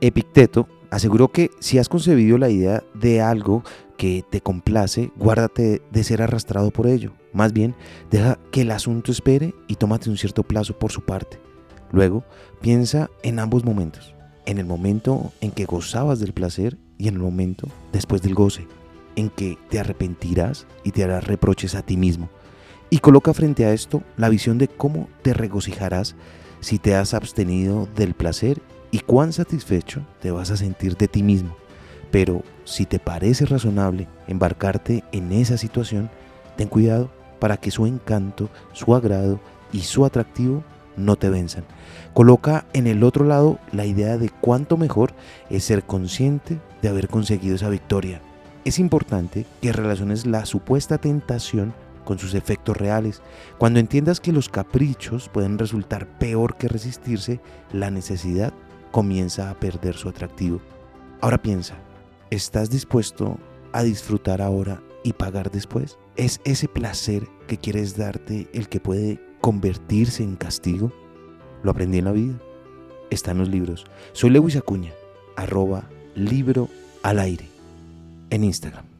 Epicteto aseguró que si has concebido la idea de algo que te complace, guárdate de ser arrastrado por ello. Más bien, deja que el asunto espere y tómate un cierto plazo por su parte. Luego, piensa en ambos momentos. En el momento en que gozabas del placer y en el momento después del goce, en que te arrepentirás y te harás reproches a ti mismo. Y coloca frente a esto la visión de cómo te regocijarás si te has abstenido del placer y cuán satisfecho te vas a sentir de ti mismo. Pero si te parece razonable embarcarte en esa situación, ten cuidado para que su encanto, su agrado y su atractivo no te venzan. Coloca en el otro lado la idea de cuánto mejor es ser consciente de haber conseguido esa victoria. Es importante que relaciones la supuesta tentación con sus efectos reales. Cuando entiendas que los caprichos pueden resultar peor que resistirse, la necesidad comienza a perder su atractivo. Ahora piensa, ¿estás dispuesto a disfrutar ahora y pagar después? ¿Es ese placer que quieres darte el que puede convertirse en castigo? Lo aprendí en la vida. Está en los libros. Soy Lewis Acuña, @libroalaire en Instagram.